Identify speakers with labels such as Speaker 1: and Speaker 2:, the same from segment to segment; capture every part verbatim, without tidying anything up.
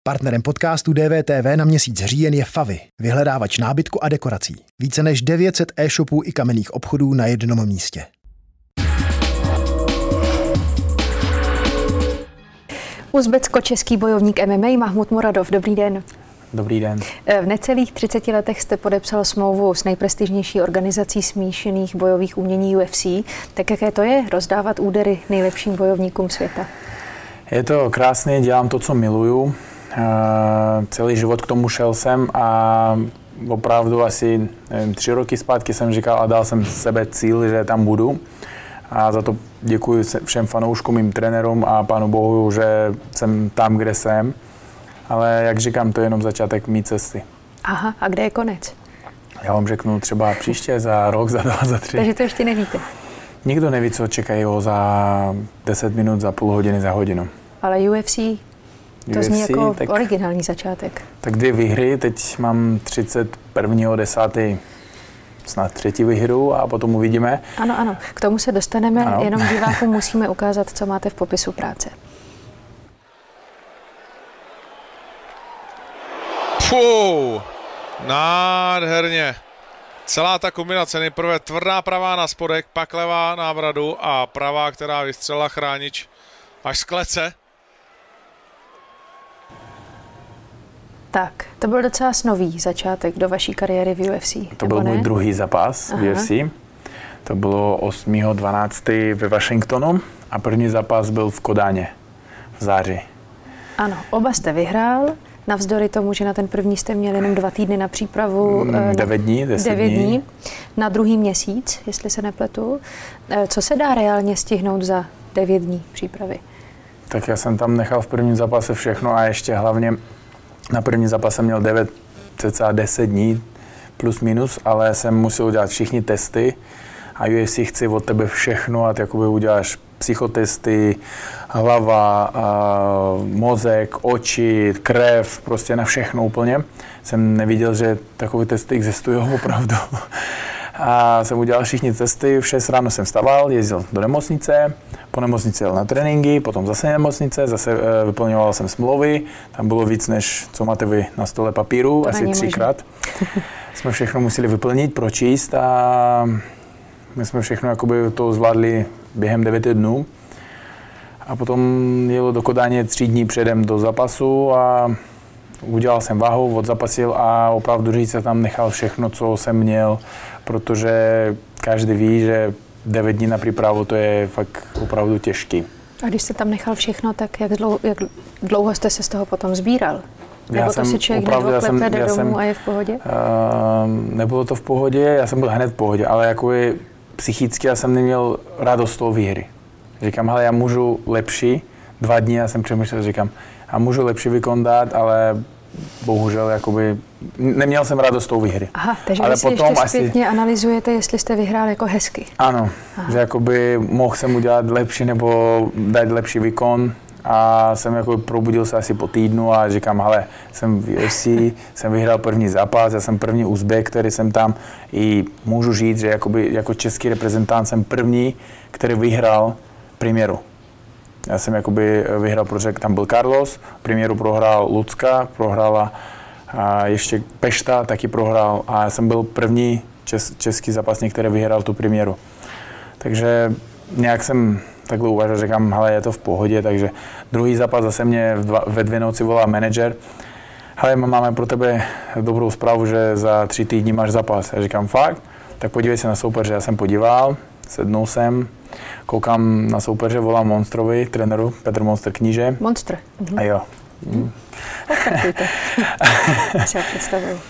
Speaker 1: Partnerem podcastu D V T V na měsíc říjen je Favy, vyhledávač nábytku a dekorací. Více než devět set e-shopů i kamenných obchodů na jednom místě.
Speaker 2: Uzbecko-český bojovník M M A Mahmud Muradov. Dobrý den.
Speaker 3: Dobrý den.
Speaker 2: V necelých třiceti letech jste podepsal smlouvu s nejprestižnější organizací smíšených bojových umění U F C. Tak jaké to je rozdávat údery nejlepším bojovníkům světa?
Speaker 3: Je to krásné, dělám to, co miluju. Celý život k tomu šel jsem a opravdu asi nevím, tři roky zpátky jsem říkal a dal jsem sebe cíl, že tam budu. A za to děkuji všem fanouškům, mým trenérům a Pánu Bohu, že jsem tam, kde jsem. Ale jak říkám, to je jenom začátek mý cesty.
Speaker 2: Aha, a kde je konec?
Speaker 3: Já vám řeknu třeba příště, za rok, za dva, za tři.
Speaker 2: Takže to ještě nevíte?
Speaker 3: Nikdo neví, co čekají ho za deset minut, za půl hodiny, za hodinu.
Speaker 2: Ale U F C, to
Speaker 3: U F C,
Speaker 2: zní jako
Speaker 3: tak,
Speaker 2: originální začátek.
Speaker 3: Tak dvě výhry, teď mám třicet prvního desátého snad třetí výhru a potom uvidíme.
Speaker 2: Ano, ano, k tomu se dostaneme,
Speaker 3: ano.
Speaker 2: Jenom divákům musíme ukázat, co máte v popisu práce.
Speaker 4: Fuu, nádherně. Celá ta kombinace, nejprve tvrdá pravá na spodek, pak levá na bradu a pravá, která vystřelila chránič až z klece.
Speaker 2: Tak, to byl docela snový začátek do vaší kariéry v U F C.
Speaker 3: To byl
Speaker 2: ne?
Speaker 3: můj druhý zápas v U F C. To bylo osmého dvanáctého ve Washingtonu a první zápas byl v Kodáně v září.
Speaker 2: Ano, oba jste vyhrál. Navzdory tomu, že na ten první jste měli jenom dva týdny na přípravu.
Speaker 3: Mm, devět dní, deset
Speaker 2: devět
Speaker 3: dní.
Speaker 2: dní. Na druhý měsíc, jestli se nepletu. Co se dá reálně stihnout za devět dní přípravy?
Speaker 3: Tak já jsem tam nechal v prvním zápase všechno a ještě hlavně na první zápas jsem měl devět, cca deset dní, plus minus, ale jsem musel udělat všichni testy a U F C chce od tebe všechno a ty jakoby uděláš psychotesty, hlava, mozek, oči, krev, prostě na všechno úplně. Jsem neviděl, že takové testy existují opravdu. A jsem udělal všichni testy, v šest ráno jsem vstával, jezdil do nemocnice, po nemocnici jel na tréninky, potom zase nemocnice, zase e, vyplňoval jsem smlouvy, tam bylo víc, než co máte vy na stole papíru,
Speaker 2: to
Speaker 3: asi třikrát. Jsme všechno museli vyplnit, pročíst a my jsme všechno jakoby to zvládli během devěti dnů. A potom jelo do Kodáně tři dní předem do zápasu a udělal jsem váhu, odzapasil a opravdu říct se tam nechal všechno, co jsem měl, protože každý ví, že devět dní na přípravu to je fakt opravdu těžký.
Speaker 2: A když jste tam nechal všechno, tak jak dlouho, jak dlouho jste se z toho potom sbíral? Nebo
Speaker 3: já
Speaker 2: to
Speaker 3: jsem
Speaker 2: si člověk
Speaker 3: opravdu, já jsem,
Speaker 2: jde
Speaker 3: já
Speaker 2: domů
Speaker 3: jsem,
Speaker 2: a je v pohodě? Uh,
Speaker 3: nebylo to v pohodě, já jsem byl hned v pohodě, ale jako je psychicky já jsem neměl radost z toho výhry. Říkám, hele, já můžu lepší, dva dny já jsem přemýšlel, říkám, a můžu lepší výkon dát, ale bohužel jakoby neměl jsem radost z toho výhry.
Speaker 2: Aha, takže
Speaker 3: ale
Speaker 2: vy si
Speaker 3: potom
Speaker 2: ještě
Speaker 3: asi
Speaker 2: zpětně analyzujete, jestli jste vyhrál jako hezky.
Speaker 3: Ano, Aha. že jakoby mohl jsem udělat lepší nebo dát lepší výkon a jsem jako probudil se asi po týdnu a říkám, hele, jsem v U F C, jsem vyhrál první zápas, já jsem první Uzbek, který jsem tam i můžu říct, že jakoby jako český reprezentant jsem první, který vyhrál premiéru. Já jsem jakoby vyhrál, protože tam byl Carlos, premiéru prohrál Lucka, prohrála a ještě Pešta taky prohrál a já jsem byl první čes, český zápasník, který vyhrál tu premiéru. Takže nějak jsem takhle uvažil, říkám, hele, je to v pohodě, takže druhý zápas zase mě v dva, ve dvě noci volá manažer. Hele, máme pro tebe dobrou zprávu, že za tři týdny máš zápas. Já říkám, fakt? Tak podívej se na soupeře, já jsem podíval, sednul jsem, koukám na soupeře, volám Monstrovi, trenéru, Petr Monster Kníže.
Speaker 2: Monster. Mhm.
Speaker 3: A jo. Mhm.
Speaker 2: Pokračujte. Si ho představuju.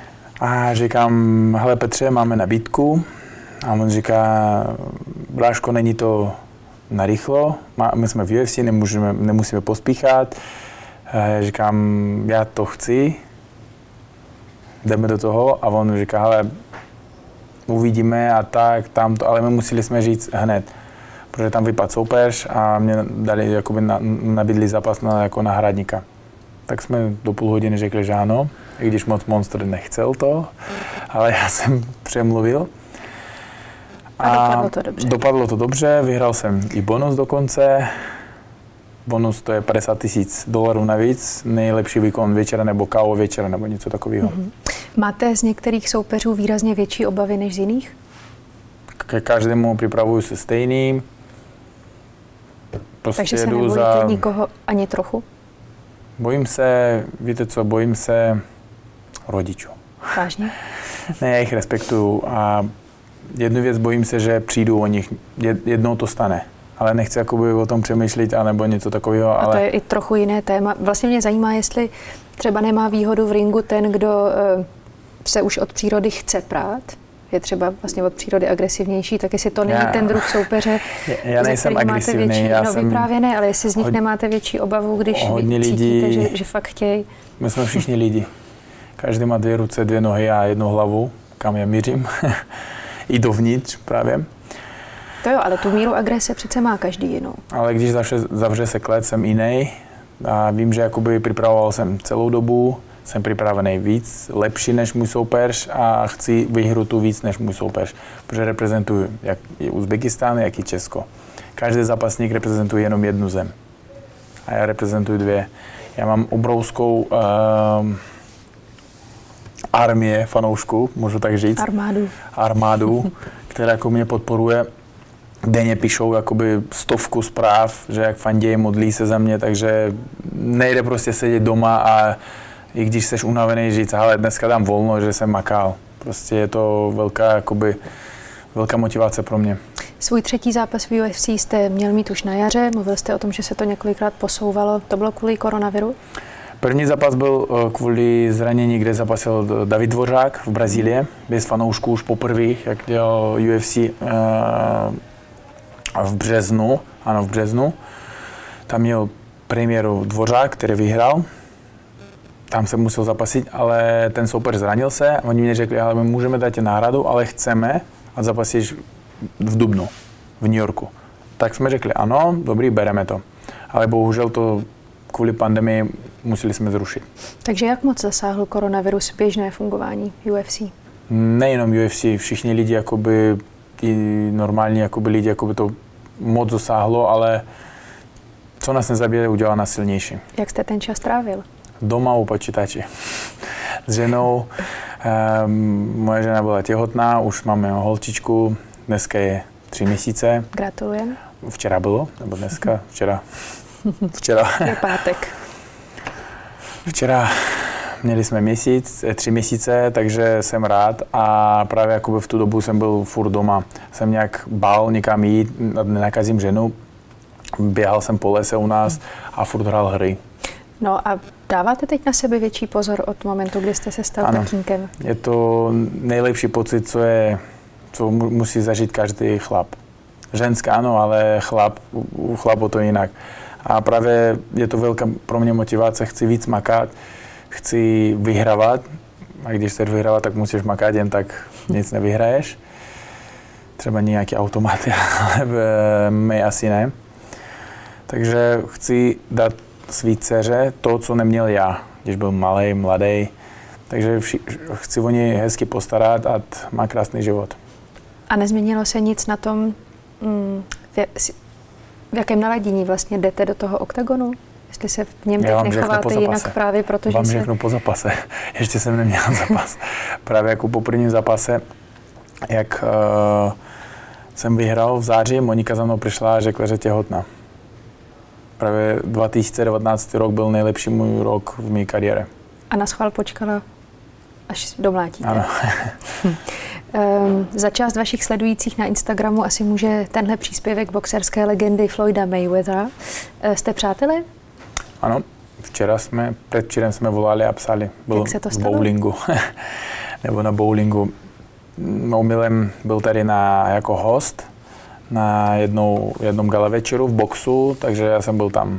Speaker 3: A říkám, hele Petře, máme nabídku. A on říká, Bráško, není to narychlo, my jsme v U F C, nemůžeme, nemusíme pospíchat. Já říkám, já to chci, jdeme do toho. A on říká, hele, uvidíme a tak, tam to, ale my museli jsme říct hned, protože tam vypadl soupeř a mě dali, jakoby na, nabídli zápas na, jako náhradníka. Tak jsme do půl hodiny řekli, že ano, i když moc Monster nechcel to, ale já jsem přemluvil.
Speaker 2: A, a dopadlo to dobře.
Speaker 3: Dopadlo to dobře, vyhrál jsem i bonus dokonce bonus to je padesát tisíc dolarů navíc, nejlepší výkon večera nebo kávo večera nebo něco takového. Mm-hmm.
Speaker 2: Máte z některých soupeřů výrazně větší obavy než z jiných?
Speaker 3: Ke každému připravuju se stejný.
Speaker 2: Prostě takže se nebojíte za... nikoho ani trochu?
Speaker 3: Bojím se, víte co, bojím se rodičů.
Speaker 2: Vážně?
Speaker 3: Ne, já jich respektuju a jednu věc bojím se, že přijdu o nich, jednou to stane. Ale nechci jakoby o tom přemýšlet, anebo něco takového.
Speaker 2: A
Speaker 3: ale...
Speaker 2: to je i trochu jiné téma. Vlastně mě zajímá, jestli třeba nemá výhodu v ringu ten, kdo se už od přírody chce prát, je třeba vlastně od přírody agresivnější, tak jestli to není já, ten druh soupeře,
Speaker 3: já, já nejsem agresivní,
Speaker 2: větší,
Speaker 3: já
Speaker 2: no,
Speaker 3: jsem...
Speaker 2: Právě ne, ale jestli z nich hod... nemáte větší obavu, když
Speaker 3: hodně
Speaker 2: cítíte,
Speaker 3: lidí...
Speaker 2: že, že fakt chtějí.
Speaker 3: My jsme všichni lidi. Každý má dvě ruce, dvě nohy a jednu hlavu, kam já mířím. I dovnitř právě.
Speaker 2: To jo, ale tu míru agrese přece má každý jinou.
Speaker 3: Ale když zavře, zavře se klec, jsem jiný a vím, že jakoby připravoval jsem celou dobu, jsem připravený víc, lepší než můj soupeř a chci vyhru tu víc než můj soupeř, protože reprezentuju jak i Uzbekistán, jak i Česko. Každý zápasník reprezentuje jenom jednu zem a já reprezentuju dvě. Já mám obrovskou um, armie fanoušků, můžu tak říct.
Speaker 2: Armádu.
Speaker 3: Armádu, která jako mě podporuje. Denně píšou jakoby stovku zpráv, že jak fandějí, modlí se za mě, takže nejde prostě sedět doma a i když jsi unavený říct, ale dneska dám volno, že jsem makal. Prostě je to velká, jakoby, velká motivace pro mě. Svůj
Speaker 2: třetí zápas v U F C jste měl mít už na jaře, mluvil jste o tom, že se to několikrát posouvalo. To bylo kvůli koronaviru?
Speaker 3: První zápas byl kvůli zranění, kde zapasil David Dvořák v Brazílii, bez fanoušků už poprvé, jak dělal U F C v březnu, ano v březnu. Tam měl premiéru Dvořák, který vyhrál. Tam se musel zapasit, ale ten soupeř zranil se. Oni mi řekli, ale my můžeme dát náhradu, ale chceme, a zapasíš v dubnu, v New Yorku. Tak jsme řekli, ano, dobrý, bereme to. Ale bohužel to kvůli pandemii museli jsme zrušit.
Speaker 2: Takže jak moc zasáhl koronavirus běžné fungování U F C?
Speaker 3: Nejenom U F C, všichni lidi, jakoby, i normální jakoby, lidi, jakoby to moc zasáhlo, ale co nás nezabije, udělá nás silnější.
Speaker 2: Jak jste ten čas trávil?
Speaker 3: Doma u počítači. S ženou. Um, moje žena byla těhotná, už máme holčičku, dneska je tři měsíce.
Speaker 2: Gratulujem.
Speaker 3: Včera bylo, nebo dneska, včera. Včera.
Speaker 2: Je pátek.
Speaker 3: Včera měli jsme měsíc, tři měsíce, takže jsem rád a právě jakoby v tu dobu jsem byl furt doma. Jsem nějak bál někam jít, nenakazím ženu. Běhal jsem po lese u nás a furt hrál hry.
Speaker 2: No a dáváte teď na sebe větší pozor od momentu, kdy jste se stal tatínkem?
Speaker 3: Je to nejlepší pocit, co je, co musí zažít každý chlap. Ženská ano, ale chlap, u chlapu to jinak. A právě je to velká pro mě motivace, chci víc makat, chci vyhrávat. A když chceš vyhrávat, tak musíš makat, jen tak nic nevyhraješ. Třeba nějaký automaty, ale my asi ne. Takže chci dát svý dceře to, co neměl já, když byl malý, mladý. Takže vši, chci o něj hezky postarat a má krásný život.
Speaker 2: A nezměnilo se nic na tom, mm, v, v jakém naladění vlastně jdete do toho oktagonu? Jestli se v něm teď nechováte jinak právě, protože
Speaker 3: vám
Speaker 2: se...
Speaker 3: řeknu po zápase. Ještě jsem neměl zápas. Právě jako po prvním zápase, jak uh, jsem vyhrál v září, Monika za mnou přišla a řekla, že těhotná. Právě dva tisíce devatenáctý rok byl nejlepší můj rok v mé kariéře.
Speaker 2: A na schvál počkala, až domlátíte.
Speaker 3: Ano.
Speaker 2: um, za část vašich sledujících na Instagramu asi může tenhle příspěvek boxerské legendy Floyda Mayweathera. Uh, jste přátelé?
Speaker 3: Ano, včera jsme, předvčírem jsme volali a psali. Byl
Speaker 2: Jak se to stalo?
Speaker 3: V bowlingu. Nebo na bowlingu. Omylem byl tady na, jako host na jednou, jednom gala večeru v boxu, takže já jsem byl tam.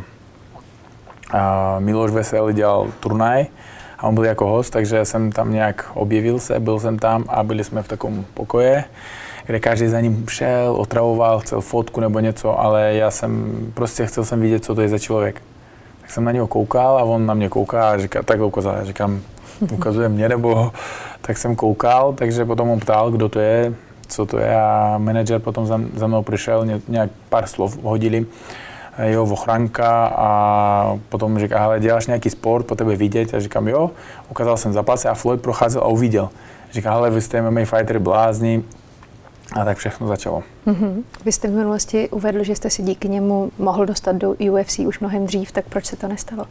Speaker 3: A Miloš Veselý dělal turnaj a on byl jako host, takže já jsem tam nějak objevil se, byl jsem tam a byli jsme v takovém pokoje, kde každý za ním šel, otravoval, chcel fotku nebo něco, ale já jsem prostě chtěl jsem vidět, co to je za člověk. Tak jsem na něho koukal a on na mě kouká a říká, tak ukázal, já říkám, ukazuje mě nebo, tak jsem koukal, takže potom on ptal, kdo to je, co to je a manažer potom za, za mnou přišel, nějak pár slov hodili jo, ochranka a potom říká, hele, děláš nějaký sport, po tebe vidět, a říkám, jo, ukázal jsem zápasy a Floyd procházel a uviděl. Říká, hele, vy jste M M A fighter blázni a tak všechno začalo.
Speaker 2: Mm-hmm. Vy jste v minulosti uvedl, že jste si díky němu mohl dostat do U F C už mnohem dřív, tak proč se to nestalo?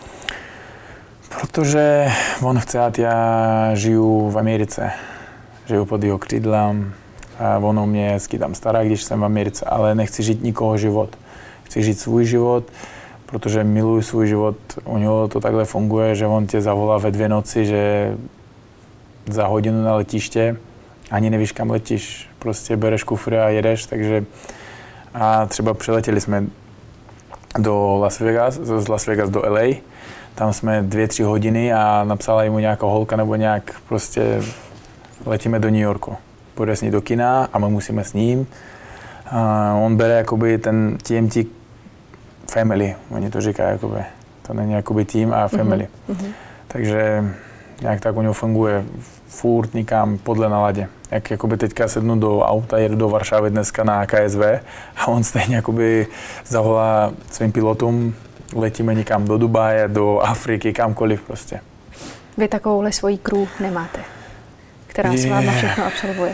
Speaker 3: Protože on chce, ať já žiju v Americe, žiju pod jeho křídlem a on o mě hezky tam stará, když jsem v Americe, ale nechci žít nikoho život. Chci žít svůj život, protože miluji svůj život. U něho to takhle funguje, že on tě zavolá ve dvě noci, že za hodinu na letiště, ani nevíš, kam letíš, prostě bereš kufry a jedeš, takže a třeba přiletěli jsme do Las Vegas, z Las Vegas do L A, tam jsme dvě, tři hodiny a napsala mu nějaká holka nebo nějak prostě letíme do New Yorku. Půjde s ní do kina a my musíme s ním. A on bere jakoby ten T M T family, oni to říkají jakoby. To není jakoby tým a family. Mm-hmm. Takže nějak tak u něho funguje. Furt nikam podle naladě. Jak jakoby teďka sednu do auta, jedu do Varšavy dneska na K S V a on stejně jakoby zavolá svým pilotům, letíme někam do Dubaje, do Afriky, kamkoliv prostě.
Speaker 2: Vy takovouhle svojí crew nemáte, která s váma všechno absolvuje?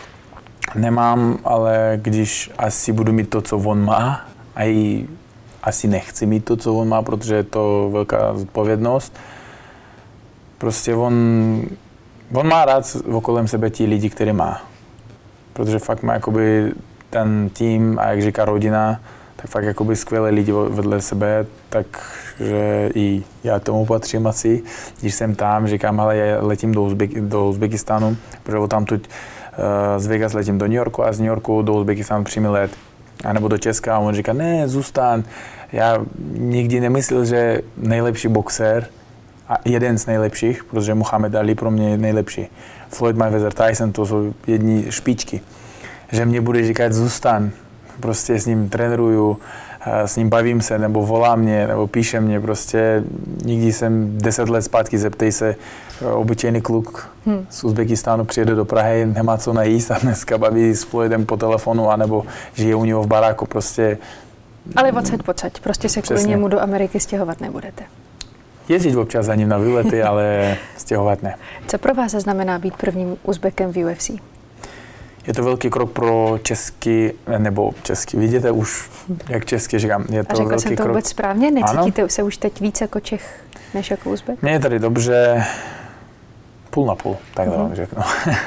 Speaker 3: Nemám, ale když asi budu mít to, co on má, a i asi nechci mít to, co on má, protože je to velká zodpovědnost. Prostě on, on má rád okolem sebe ti lidi, který má. Protože fakt má jakoby ten tým a jak říká rodina, tak fakt jakoby skvělé lidi vedle sebe, takže i já tomu patřím asi. Když jsem tam, říkám, ale já letím do, Uzbek, do Uzbekistánu, protože tam tuď uh, z Vegas letím do New Yorku a z New Yorku do Uzbekistánu přímý let. A nebo do Česka a on říká, ne, zůstan. Já nikdy nemyslel, že nejlepší boxer a jeden z nejlepších, protože Muhammad Ali pro mě je nejlepší. Floyd Mayweather, Tyson, to jsou jedni špičky. Že mě bude říkat, zůstan. Prostě s ním trénuju, s ním bavím se, nebo volá mě, nebo píše mě, prostě nikdy jsem deset let zpátky, zeptej se, obyčejný kluk hmm. z Uzbekistánu přijede do Prahy, nemá co najíst a dneska baví s Floydem po telefonu, anebo žije u něho v baráku, prostě.
Speaker 2: Ale odsaď, pocať, prostě se kvůli němu do Ameriky stěhovat nebudete.
Speaker 3: Jezdit občas za ním na výlety, ale stěhovat ne.
Speaker 2: Co pro vás znamená být prvním Uzbekem v U F C?
Speaker 3: Je to velký krok pro český, nebo český, vidíte už, jak česky říkám. Je to
Speaker 2: a řekla
Speaker 3: velký
Speaker 2: jsem to
Speaker 3: krok.
Speaker 2: vůbec správně? Necítíte ano? se už teď víc jako Čech, než jako Uzbek?
Speaker 3: Mně je tady dobře, půl na půl, takhle vám
Speaker 2: mm-hmm.
Speaker 3: řeknu.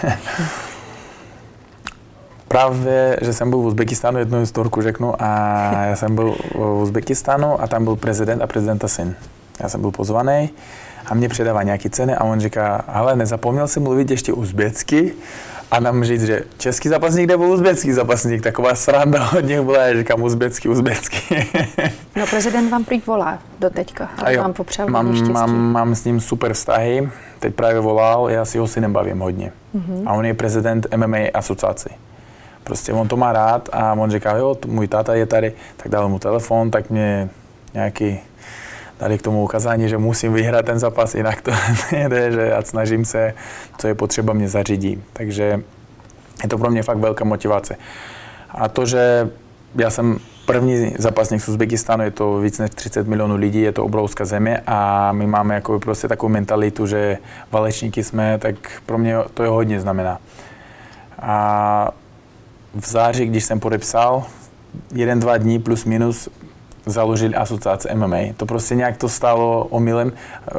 Speaker 3: Právě, že jsem byl v Uzbekistánu, jednu historku řeknu, a já jsem byl v Uzbekistánu a tam byl prezident a prezidenta syn. Já jsem byl pozvaný a mě předává nějaký ceny a on říká, ale nezapomněl jsem mluvit ještě uzbecky a nám říct, že český zápasník nebo uzbecký zápasník, taková sranda od něch byla, já říkám uzbecký, uzbecký.
Speaker 2: No prezident vám prý volá do teďka, ale vám popřál hodně štěstí.
Speaker 3: Mám, mám s ním super vztahy, teď právě volal, já si ho synem bavím hodně. Mm-hmm. A on je prezident M M A asociace. Prostě on to má rád a on říká, jo, můj táta je tady, tak dal mu telefon, tak mě nějaký dali k tomu ukázání, že musím vyhrát ten zápas, jinak to nejde, že já snažím se, co je potřeba, mě zařídí. Takže je to pro mě fakt velká motivace. A to, že já jsem první zápasník z Uzbekistánu, je to víc než třicet milionů lidí, je to obrovská země a my máme jako prostě takovou mentalitu, že válečníky jsme, tak pro mě to je hodně znamená. A v září, když jsem podepsal, jeden, dva dní plus minus, založili asociaci M M A. To prostě nějak to stalo omylem.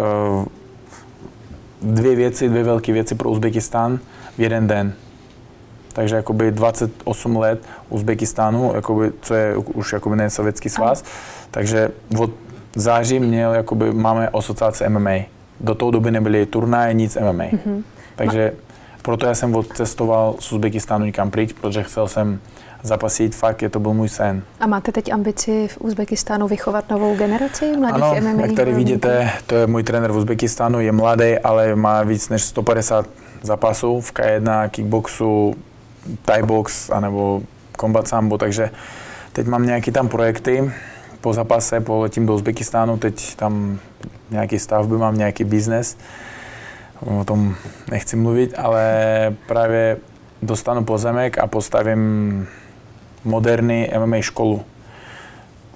Speaker 3: Dvě věci, dvě velké věci pro Uzbekistán v jeden den. Takže jakoby dvacet osm let Uzbekistánu, jakoby, co je už jakoby ne sovětský svaz. Takže od září měl, jakoby, máme asociaci M M A. Do toho doby nebyly turnaje, nic M M A. Mm-hmm. Takže proto já jsem odcestoval z Uzbekistánu někam pryč, protože chcel jsem zapasit, fakt, je to byl můj sen. A
Speaker 2: máte teď ambici v Uzbekistánu vychovat novou generaci mladých
Speaker 3: ano,
Speaker 2: M M A? Ano,
Speaker 3: jak tady vidíte, to je můj trenér v Uzbekistánu, je mladý, ale má víc než sto padesát zápasů v K jedna, kickboxu, thai box, anebo combat sambo, takže teď mám nějaké tam projekty, po zápase poletím do Uzbekistánu, teď tam nějaký stavby mám, nějaký biznes, o tom nechci mluvit, ale právě dostanu pozemek a postavím moderní M M A školu.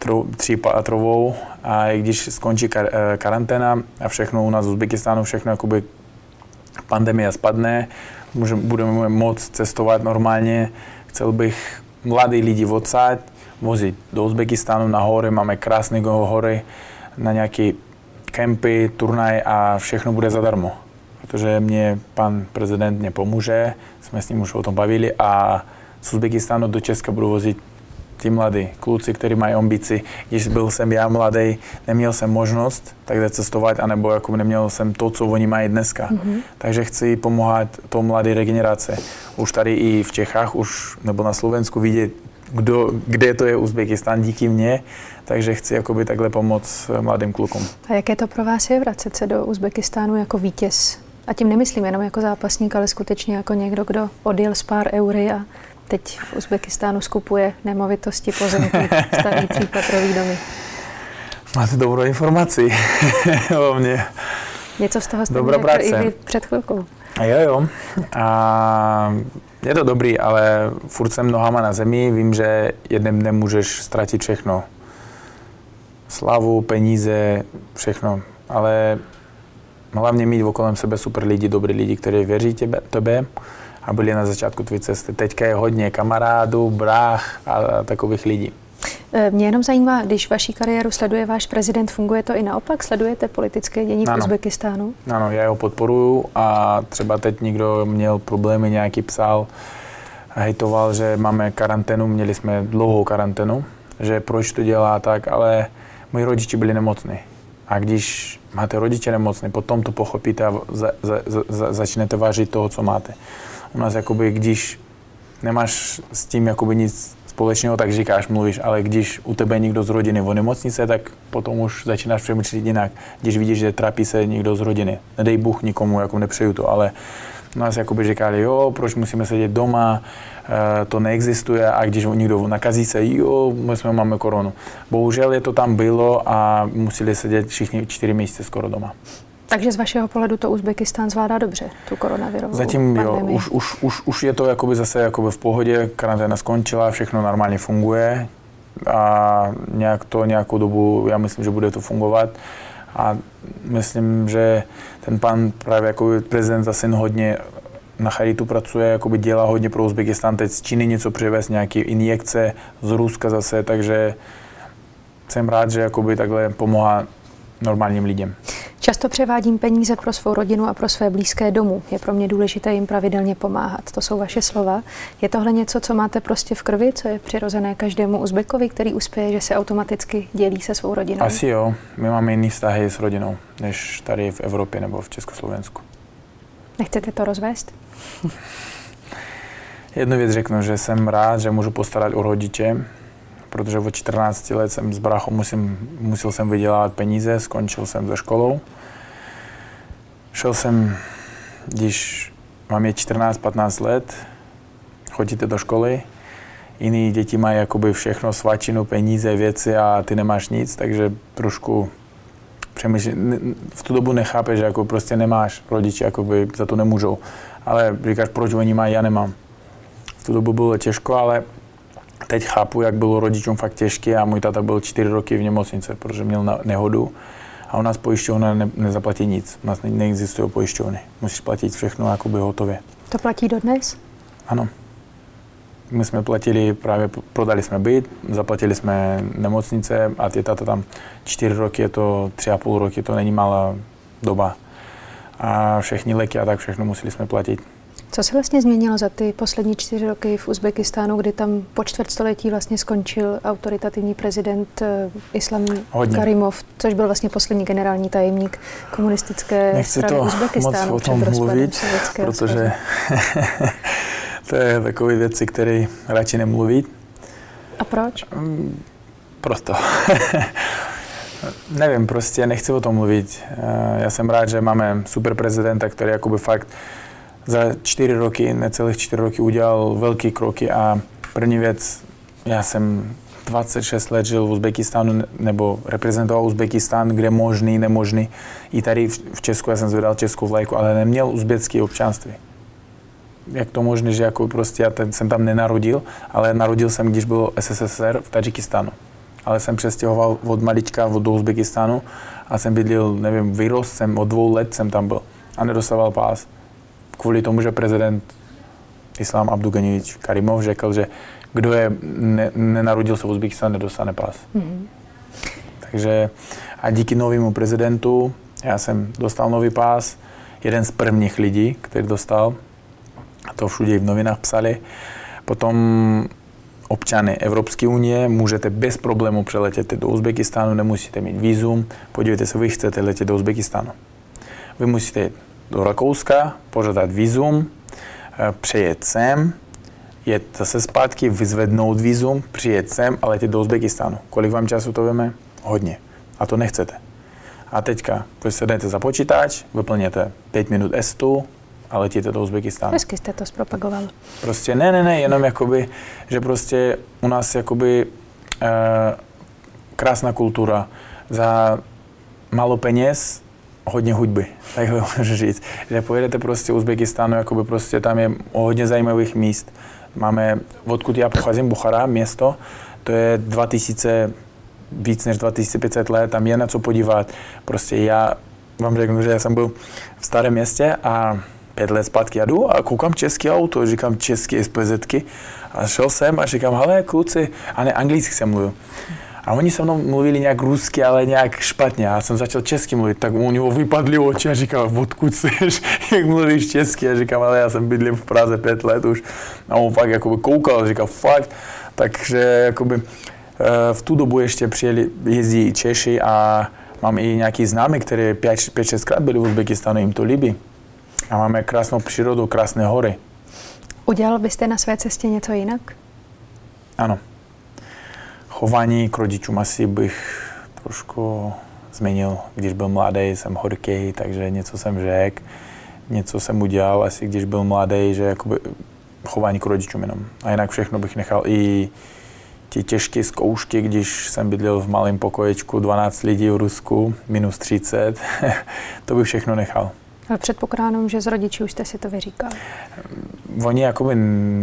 Speaker 3: třípatrovou a i když skončí kar, karanténa a všechno u nás v Uzbekistánu, všechno jakoby pandemia spadne, můžeme, budeme moct cestovat normálně. Chcel bych mladí lidi odsaď vozit do Uzbekistánu na hory, máme krásné hory, na nějaké kempy, turnaj a všechno bude zadarmo. Protože mě pan prezident nepomůže, jsme s ním už o tom bavili a z Uzbekistánu do Česka budu vozit ti mladí kluci, kteří mají ambici. Když byl jsem já mladý, neměl jsem možnost takhle cestovat, anebo jako neměl jsem to, co oni mají dneska. Mm-hmm. Takže chci pomáhat to mladé regenerace. Už tady i v Čechách, už nebo na Slovensku vidět, kdo, kde to je Uzbekistán díky mně, takže chci jakoby takhle pomoct mladým klukům.
Speaker 2: A jaké to pro vás je vracet se do Uzbekistánu jako vítěz? A tím nemyslím jenom jako zápasník, ale skutečně jako někdo, kdo odjel s pár eury a teď v Uzbekistánu skupuje nemovitosti, pozemky, staví třípatrový domy.
Speaker 3: Máte dobrou informaci o mně.
Speaker 2: Něco z toho jste mi řekl i vy před chvilkou.
Speaker 3: Jo, jo. A je to dobrý, ale furt jsem nohama na zemi. Vím, že jedním dnem můžeš ztratit všechno. Slavu, peníze, všechno. Ale hlavně mít okolem sebe super lidi, dobrý lidi, kteří věří tebe, tebe a byli na začátku tvé cesty. Teďka je hodně kamarádů, brách a takových lidí.
Speaker 2: Mě jenom zajímá, když vaši kariéru sleduje váš prezident, funguje to i naopak? Sledujete politické dění v ano. Uzbekistánu?
Speaker 3: Ano, já ho podporuju a třeba teď někdo měl problémy, nějaký psal, hejtoval, že máme karanténu, měli jsme dlouhou karanténu, že proč to dělá tak, ale moji rodiče byli nemocní. A když máte rodiče nemocné, potom to pochopíte a za, za, za, začnete vážit toho, co máte. U nás jakoby, když nemáš s tím jakoby nic společného, tak říkáš, mluvíš, ale když u tebe někdo z rodiny v nemocnice, tak potom už začínáš přemýšlet jinak. Když vidíš, že trápí se někdo z rodiny. Nedej Bůh nikomu, jako nepřeju to, ale u nás jakoby říkali, jo, proč musíme sedět doma, e, to neexistuje a když někdo nakazí se, jo, my jsme máme koronu. Bohužel je to tam bylo a museli sedět všichni čtyři měsíce skoro doma.
Speaker 2: Takže z vašeho pohledu to Uzbekistán zvládá dobře, tu koronavirovou
Speaker 3: Zatím
Speaker 2: pandemii?
Speaker 3: jo, už, už, už, už je to jakoby zase jakoby v pohodě, karanténa skončila, všechno normálně funguje a nějak to nějakou dobu, já myslím, že bude to fungovat a myslím, že ten pan právě jako prezident zase hodně na charitu pracuje, jakoby dělá hodně pro Uzbekistán, teď z Číny něco přivez, nějaké injekce, z Ruska zase, takže jsem rád, že jakoby takhle pomáhá normálním lidem.
Speaker 2: Často převádím peníze pro svou rodinu a pro své blízké domů. Je pro mě důležité jim pravidelně pomáhat. To jsou vaše slova. Je tohle něco, co máte prostě v krvi, co je přirozené každému Uzbekovi, který uspěje, že se automaticky dělí se svou rodinou?
Speaker 3: Asi jo. My máme jiný vztahy s rodinou, než tady v Evropě nebo v Československu.
Speaker 2: Nechcete to rozvést?
Speaker 3: Jednu věc řeknu, že jsem rád, že můžu postarat o rodiče, protože od čtrnácti let jsem s bráchou musím, musel jsem vydělávat peníze, skončil jsem se školou. Šel jsem, když mám je čtrnáct patnáct let, chodíte do školy, jiní děti mají jakoby všechno, svačinu, peníze, věci a ty nemáš nic, takže trošku přemýšlím, v tu dobu nechápeš, že jako prostě nemáš, rodiče jakoby za to nemůžou, ale říkáš, proč oni mají, já nemám. V tu dobu bylo těžko, ale teď chápu, jak bylo rodičům fakt těžké a můj táta byl čtyři roky v nemocnici, protože měl nehodu a u nás pojišťovna ne, nezaplatí nic. U nás ne, neexistují pojišťovny. Musíš platit všechno jakoby hotově.
Speaker 2: To platí dodnes?
Speaker 3: Ano. My jsme platili, právě prodali jsme byt, zaplatili jsme nemocnice a ty táta tam čtyři roky, je to tři a půl roky, to není malá doba. A všechny léky a tak všechno museli jsme platit.
Speaker 2: Co se vlastně změnilo za ty poslední čtyři roky v Uzbekistánu, kdy tam po čtvrtstoletí vlastně skončil autoritativní prezident Islam
Speaker 3: Hodně.
Speaker 2: Karimov, což byl vlastně poslední generální tajemník komunistické
Speaker 3: Nechci
Speaker 2: strany
Speaker 3: to
Speaker 2: Uzbekistánu
Speaker 3: moc o tom mluvit,
Speaker 2: Sovětského
Speaker 3: protože to je takové věci, které radši nemluvit.
Speaker 2: A proč?
Speaker 3: Proto. Nevím, prostě nechci o tom mluvit. Já jsem rád, že máme super prezidenta, který jakoby fakt za čtyři roky, necelých čtyři roky udělal velké kroky a první věc, já jsem dvacet šest let žil v Uzbekistánu nebo reprezentoval Uzbekistán, kde možný, nemožný. I tady v Česku, já jsem zvedal českou vlajku, ale neměl uzbecké občanství. Jak to možné, že jako prostě já ten, jsem tam nenarodil, ale narodil jsem, když bylo S S S R v Tadžikistánu. ale jsem přestěhoval od malička do Uzbekistánu a jsem bydlil, nevím, vyrost jsem, od dvou let jsem tam byl a nedostával pás. Kvůli tomu, že prezident Islám Abduganijevič Karimov řekl, že kdo je ne, nenarodil se v Uzbekistánu, nedostane pás. Mm-hmm. Takže a díky novému prezidentu já jsem dostal nový pás, jeden z prvních lidí, který dostal, a to všude v novinách psali. Potom občany Evropské unie můžete bez problémů přeletět do Uzbekistánu, nemusíte mít vízum. Podívejte se, vy chcete letět do Uzbekistánu. Vy musíte jít do Rakouska, požádat vízum, přijet sem, jet zase zpátky, vyzvednout vízum, přijet sem a letět do Uzbekistánu. Kolik vám času to veme? Hodně. A to nechcete. A teďka prostě jdete za počítač, vyplněte pět minut estu a letíte do Uzbekistánu.
Speaker 2: Hezky jste to zpropagoval.
Speaker 3: Prostě ne, ne, ne, jenom jakoby, že prostě u nás jakoby e, krásná kultura, za málo peněz, hodně hudby, takhle můžu říct. Že pojedete prostě v Uzbekistánu, jakoby prostě tam je hodně zajímavých míst. Máme, odkud já pocházím, Buchara, město, to je dva tisíce, víc než dva tisíce pět set let, tam je na co podívat. Prostě já vám řeknu, že já jsem byl v starém městě a pět let zpátky jdu a koukám české auto, říkám české SPZky a šel jsem a říkám, hele kluci, a ne anglicky jsem mluvil. A oni se mnou mluvili nějak rusky, ale nějak špatně. A jsem začal česky mluvit, tak u něho vypadly oči a říkal, odkud jsi, jak mluvíš česky? A říkám, ale já jsem bydlím v Praze pět let už. A on fakt jakoby koukal, říkal, fakt. Takže jakoby v tu dobu ještě přijeli, jezdí Češi a mám i nějaký známý, který pět šest krát byli v Uzbekistánu, jim to líbí. A máme krásnou přírodu, krásné hory.
Speaker 2: Udělal byste na své cestě něco jinak?
Speaker 3: Ano. Chování k rodičům asi bych trošku změnil. Když byl mladý, jsem horký, takže něco jsem řekl, něco jsem udělal asi, když byl mladý, že jakoby chování k rodičům jenom. A jinak všechno bych nechal i ty těžké zkoušky, když jsem bydlel v malém pokoječku, dvanáct lidí v Rusku, minus třicet, to bych všechno nechal.
Speaker 2: Ale předpokládám, že z rodičů už jste si to vyříkal.
Speaker 3: Oni jakoby,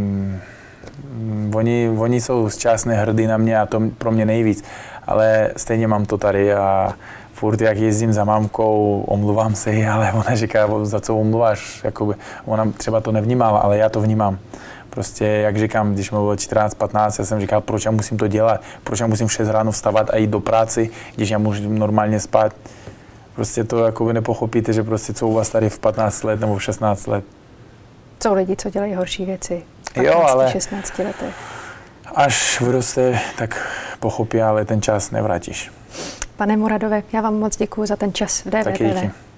Speaker 3: oni, oni jsou zčastně hrdí na mě a to pro mě nejvíc, ale stejně mám to tady a furt jak jezdím za mámkou, omluvám se jí, ale ona říká, za co omluváš, jakoby, ona třeba to nevnímala, ale já to vnímám. Prostě, jak říkám, když mi bylo čtrnáct patnáct, já jsem říkal, proč já musím to dělat, proč já musím v šest ráno vstávat a jít do práci, když já můžu normálně spát. Prostě to jakoby nepochopíte, že prostě co u vás tady v patnáct let nebo v šestnáct let.
Speaker 2: Jsou lidi, co dělají horší věci v patnácti šestnácti letech.
Speaker 3: Až vyroste, tak pochopí, ale ten čas nevrátíš.
Speaker 2: Pane Muradove, já vám moc děkuji za ten čas v D V T V.
Speaker 3: Taky díky.